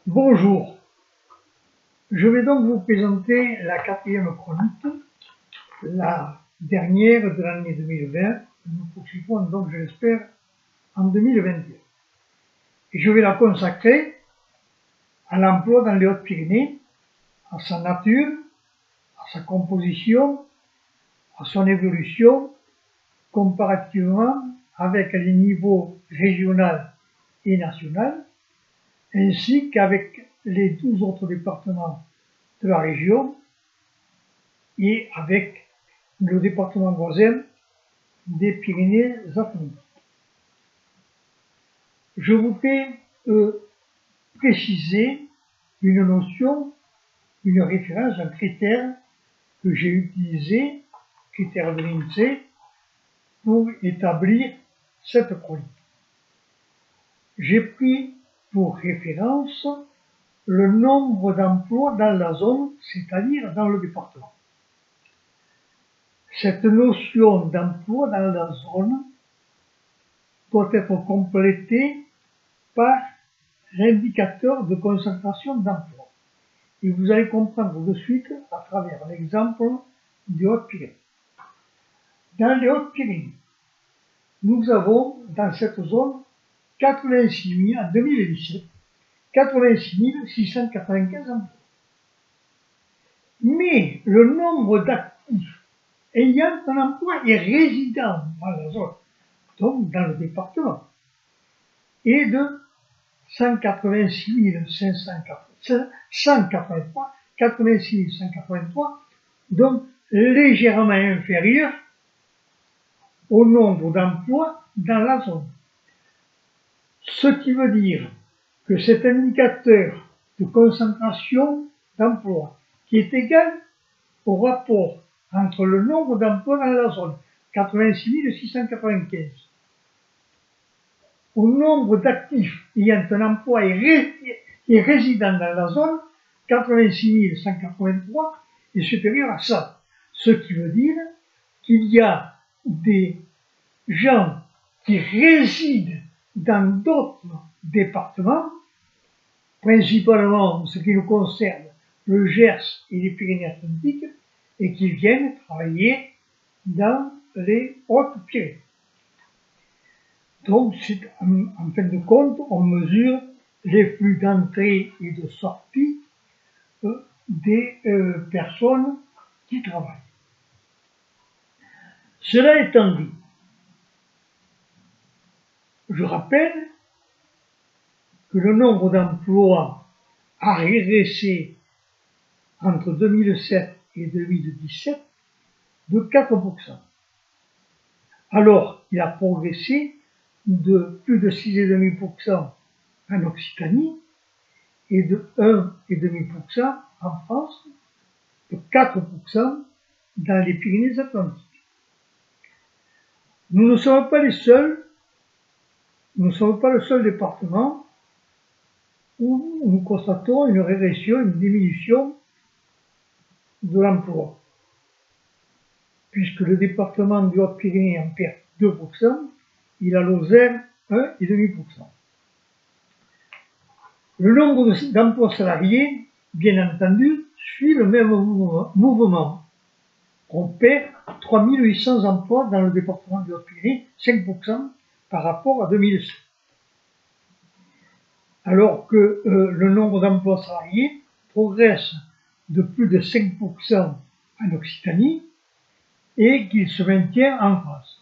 Bonjour, je vais donc vous présenter la quatrième chronique, la dernière de l'année 2020. Nous poursuivons donc, je l'espère, en 2021. Et je vais la consacrer à l'emploi dans les Hautes-Pyrénées, à sa nature, à sa composition, à son évolution, comparativement avec les niveaux régional et national, ainsi qu'avec les 12 autres départements de la région et avec le département voisin des Pyrénées-Atlantiques. Je voudrais préciser une notion, une référence, un critère que j'ai utilisé, critère de l'INSEE, pour établir cette chronique. J'ai pris pour référence le nombre d'emplois dans la zone, c'est-à-dire dans le département. Cette notion d'emploi dans la zone doit être complétée par l'indicateur de concentration d'emploi. Et vous allez comprendre de suite à travers l'exemple des Hautes-Pyrénées. Dans les Hautes-Pyrénées, nous avons dans cette zone 86 000, en 2017, 86 695 emplois. Mais le nombre d'actifs ayant un emploi et résidant dans la zone, donc dans le département, est de 186 183, donc légèrement inférieur au nombre d'emplois dans la zone. Ce qui veut dire que cet indicateur de concentration d'emplois, qui est égal au rapport entre le nombre d'emplois dans la zone, 86 695, au nombre d'actifs ayant un emploi et résidant dans la zone, 86 183, est supérieur à ça. Ce qui veut dire qu'il y a des gens qui résident dans d'autres départements, principalement en ce qui nous concerne le Gers et les Pyrénées-Atlantiques, et qui viennent travailler dans les Hautes-Pyrénées. Donc, en fin de compte, on mesure les flux d'entrée et de sortie des personnes qui travaillent. Cela étant dit, je rappelle que le nombre d'emplois a régressé entre 2007 et 2017 de 4%, alors qu'il a progressé de plus de 6,5% en Occitanie et de 1,5% en France, de 4% dans les Pyrénées-Atlantiques. Nous ne sommes pas les seuls, nous ne sommes pas le seul département où nous constatons une régression, une diminution de l'emploi, puisque le département du Haut-Pyrénées en perd 2%, et la Lozère 1,5%. Le nombre d'emplois salariés, bien entendu, suit le même mouvement. On perd 3 800 emplois dans le département du Haut-Pyrénées, 5% par rapport à 2007. Alors que le nombre d'emplois salariés progresse de plus de 5% en Occitanie et qu'il se maintient en France.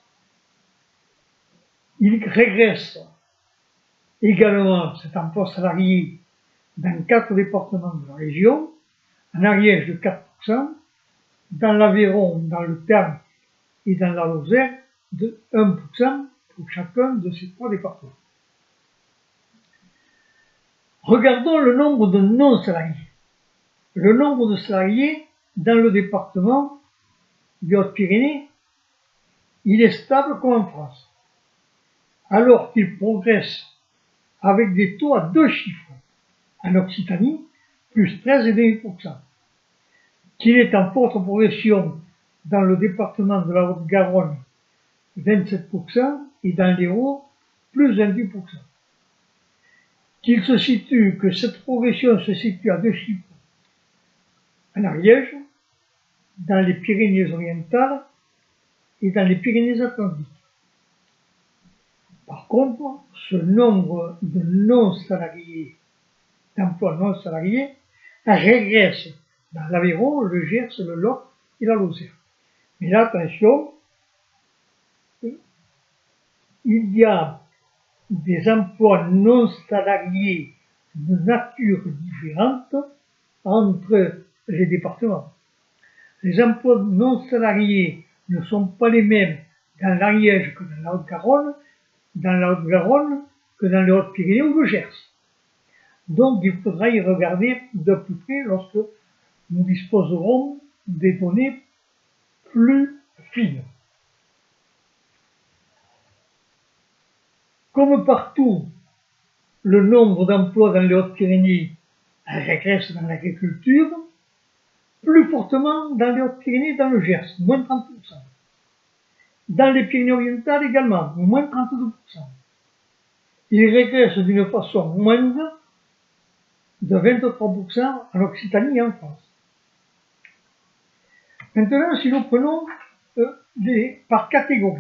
Il régresse également cet emploi salarié dans 4 départements de la région, en Ariège de 4%, dans l'Aveyron, dans le Tarn et dans la Lozère de 1% pour chacun de ces 3 départements. Regardons le nombre de non-salariés. Le nombre de salariés dans le département des Hautes-Pyrénées, il est stable comme en France, alors qu'il progresse avec des taux à 2 chiffres. En Occitanie, plus 13,5%, qu'il est en forte progression dans le département de la Haute-Garonne, 27%, et dans l'Hérault, plus 28%. que cette progression se situe à 2 chiffres en Ariège, dans les Pyrénées-Orientales et dans les Pyrénées-Atlantiques. Par contre, ce nombre de non-salariés, d'emplois non-salariés, régresse dans l'Aveyron, le Gers, le Lot et la Lozère. Mais là, attention, il y a des emplois non salariés de nature différente entre les départements. Les emplois non salariés ne sont pas les mêmes dans l'Ariège que dans la Haute-Garonne, dans la Haute-Garonne que dans les Hautes-Pyrénées ou le Gers. Donc il faudra y regarder de plus près lorsque nous disposerons des données plus fines. Comme partout, le nombre d'emplois dans les Hautes-Pyrénées régresse dans l'agriculture, plus fortement dans les Hautes-Pyrénées et dans le Gers, moins 30%. Dans les Pyrénées-Orientales également, moins 32%. Il régresse d'une façon moindre de 23% en Occitanie et en France. Maintenant, si nous prenons par catégorie,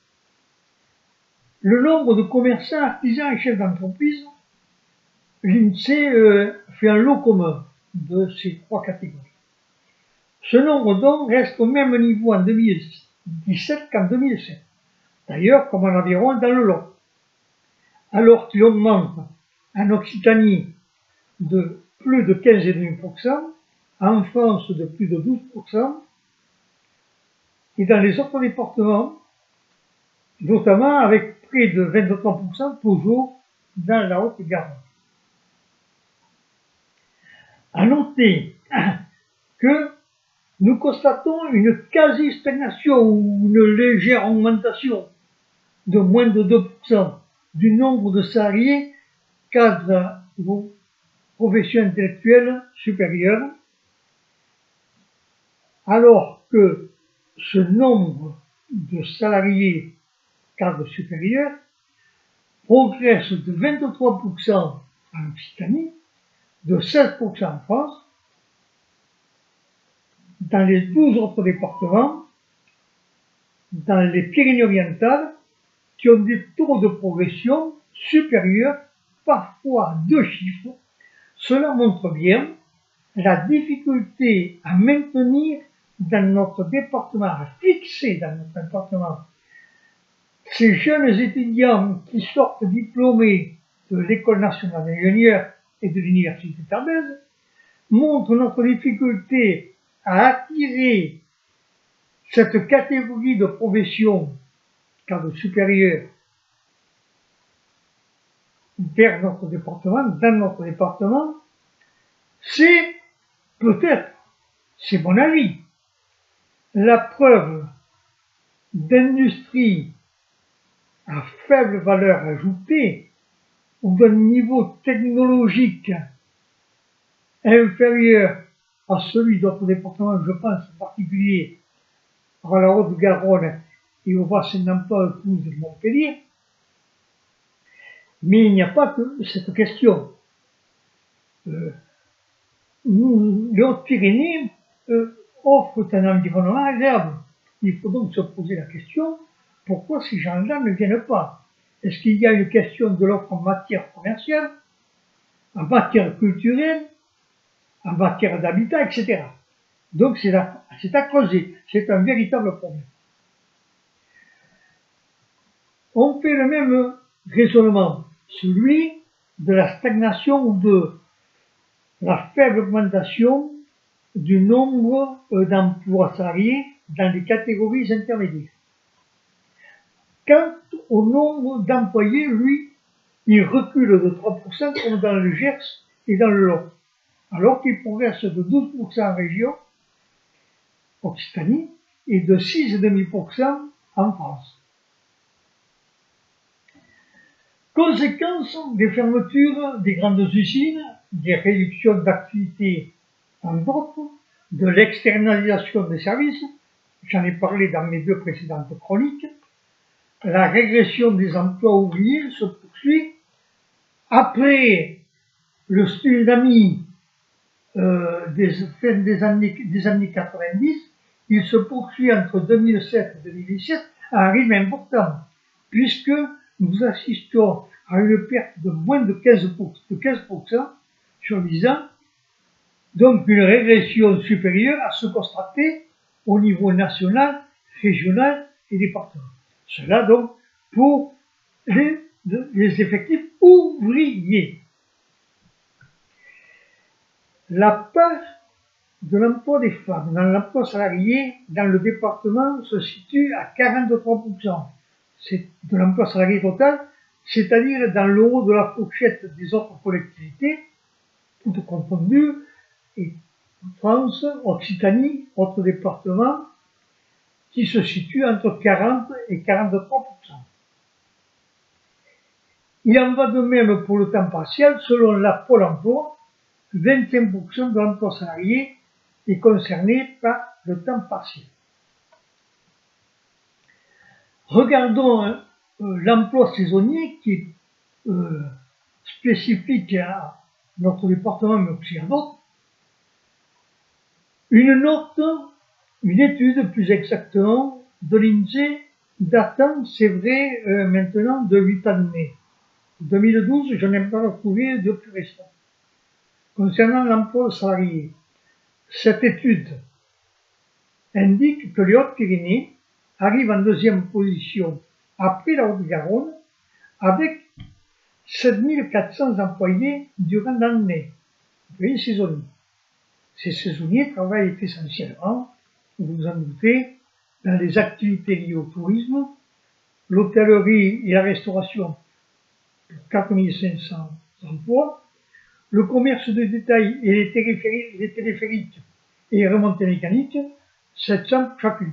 le nombre de commerçants, artisans et chefs d'entreprise, l'INSEE fait un lot commun de ces 3 catégories. Ce nombre donc reste au même niveau en 2017 qu'en 2007, d'ailleurs comme en Aveyron dans le Lot, alors qu'il augmente en Occitanie de plus de 15,5%, en France de plus de 12%, et dans les autres départements, notamment avec près de 23%, toujours dans la Haute-Garonne. À noter que nous constatons une quasi-stagnation ou une légère augmentation de moins de 2% du nombre de salariés cadres ou professions intellectuelles supérieures, alors que ce nombre de salariés cadres supérieurs progresse de 23% en Occitanie, de 16% en France, dans les 12 autres départements, dans les Pyrénées-Orientales, qui ont des taux de progression supérieurs, parfois à 2 chiffres. Cela montre bien la difficulté à maintenir dans notre département, à fixer dans notre département, ces jeunes étudiants qui sortent diplômés de l'École nationale d'ingénieurs et de l'Université de Tarbes, montrent notre difficulté à attirer cette catégorie de profession, cadre supérieur, vers notre département, dans notre département. C'est peut-être, c'est mon avis, la preuve d'industrie à faible valeur ajoutée ou d'un niveau technologique inférieur à celui d'autres départements, je pense en particulier à la Haute-Garonne et au bassin d'emploi de Toulouse et de Montpellier. Mais il n'y a pas que cette question. Les Hautes-Pyrénées offrent un environnement agréable. Il faut donc se poser la question, pourquoi ces gens-là ne viennent pas? Est-ce qu'il y a une question de l'offre en matière commerciale, en matière culturelle, en matière d'habitat, etc. Donc c'est à creuser, c'est un véritable problème. On fait le même raisonnement, celui de la stagnation ou de la faible augmentation du nombre d'emplois salariés dans les catégories intermédiaires. Quant au nombre d'employés, lui, il recule de 3% comme dans le Gers et dans le Lot, alors qu'il progresse de 12% en région Occitanie et de 6,5% en France. Conséquence des fermetures des grandes usines, des réductions d'activité entre autres, de l'externalisation des services, j'en ai parlé dans mes 2 précédentes chroniques, la régression des emplois ouvriers se poursuit après le tsunami des années 90, il se poursuit entre 2007 et 2017 à un rythme important, puisque nous assistons à une perte de moins de 15% sur 10 ans, donc une régression supérieure à ce constaté au niveau national, régional et départemental. Cela donc pour les effectifs ouvriers. La part de l'emploi des femmes dans l'emploi salarié dans le département se situe à 43%. C'est de l'emploi salarié total, c'est-à-dire dans le haut de la fourchette des autres collectivités, toutes confondues, et France, Occitanie, autres départements, qui se situent entre 40 et 43%. Il en va de même pour le temps partiel, selon la Pôle emploi, 25% de l'emploi salarié est concerné par le temps partiel. Regardons l'emploi saisonnier qui est spécifique à notre département, mais aussi à d'autres. Une étude plus exactement de l'INSEE datant, c'est vrai, maintenant de 8 années. 2012, je n'ai pas trouvé de plus récent. Concernant l'emploi salarié, cette étude indique que les Hautes-Pyrénées arrivent en deuxième position après la Haute-Garonne avec 7400 employés durant l'année, employés saisonniers. Ces saisonniers travaillent essentiellement, vous vous en doutez, dans les activités liées au tourisme, l'hôtellerie et la restauration pour 4500 emplois, le commerce de détail et les téléphériques et les remontées mécaniques, 700 chacune.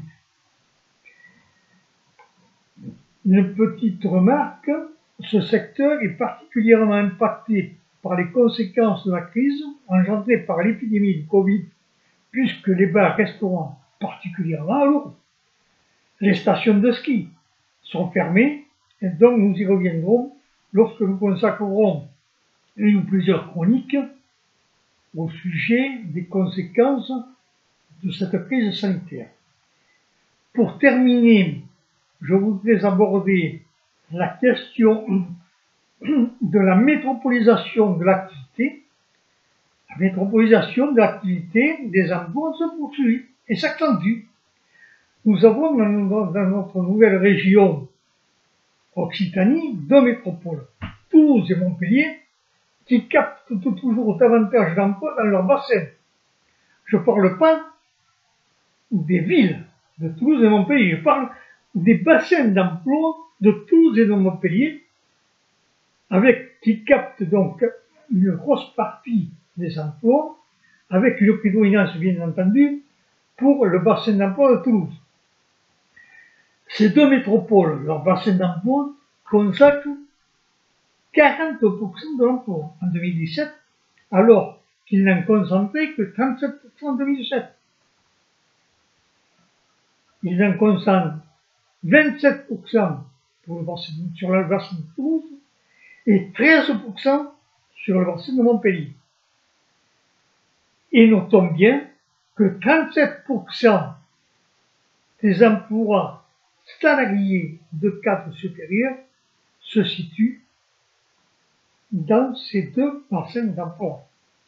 Une petite remarque, ce secteur est particulièrement impacté par les conséquences de la crise engendrée par l'épidémie de Covid, puisque les bars, restaurants, particulièrement à Lourdes, les stations de ski sont fermées, et donc nous y reviendrons lorsque nous consacrerons une ou plusieurs chroniques au sujet des conséquences de cette crise sanitaire. Pour terminer, je voudrais aborder la question de la métropolisation de l'activité. La métropolisation de l'activité des emplois se poursuit et s'accentue. Nous avons dans notre nouvelle région Occitanie 2 métropoles, Toulouse et Montpellier, qui captent toujours davantage d'emplois dans leur bassin. Je ne parle pas des villes de Toulouse et Montpellier, je parle des bassins d'emploi de Toulouse et de Montpellier, qui captent donc une grosse partie des emplois, avec une prédominance bien entendu pour le bassin d'emploi de Toulouse. Ces 2 métropoles, leur bassin d'emploi, consacrent 40% de l'emploi en 2017, alors qu'ils n'en concentraient que 37% en 2007. Ils en concentrent 27% sur le bassin de Toulouse et 13% sur le bassin de Montpellier. Et notons bien que 37% des emplois salariés de cadre supérieur se situent dans ces 2 bassins d'emploi.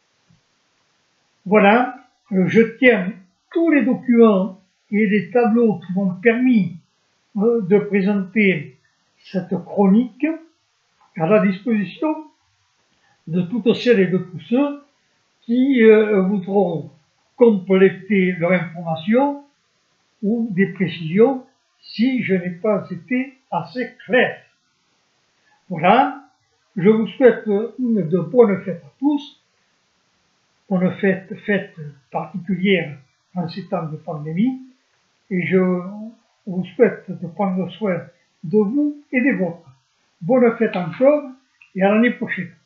Voilà, je tiens tous les documents et les tableaux qui m'ont permis de présenter cette chronique à la disposition de toutes celles et de tous ceux qui voudront compléter leur information ou des précisions si je n'ai pas été assez clair. Voilà, je vous souhaite de bonnes fêtes à tous, bonnes fêtes particulières en ces temps de pandémie, et je vous souhaite de prendre soin de vous et des vôtres. Bonne fête encore et à l'année prochaine.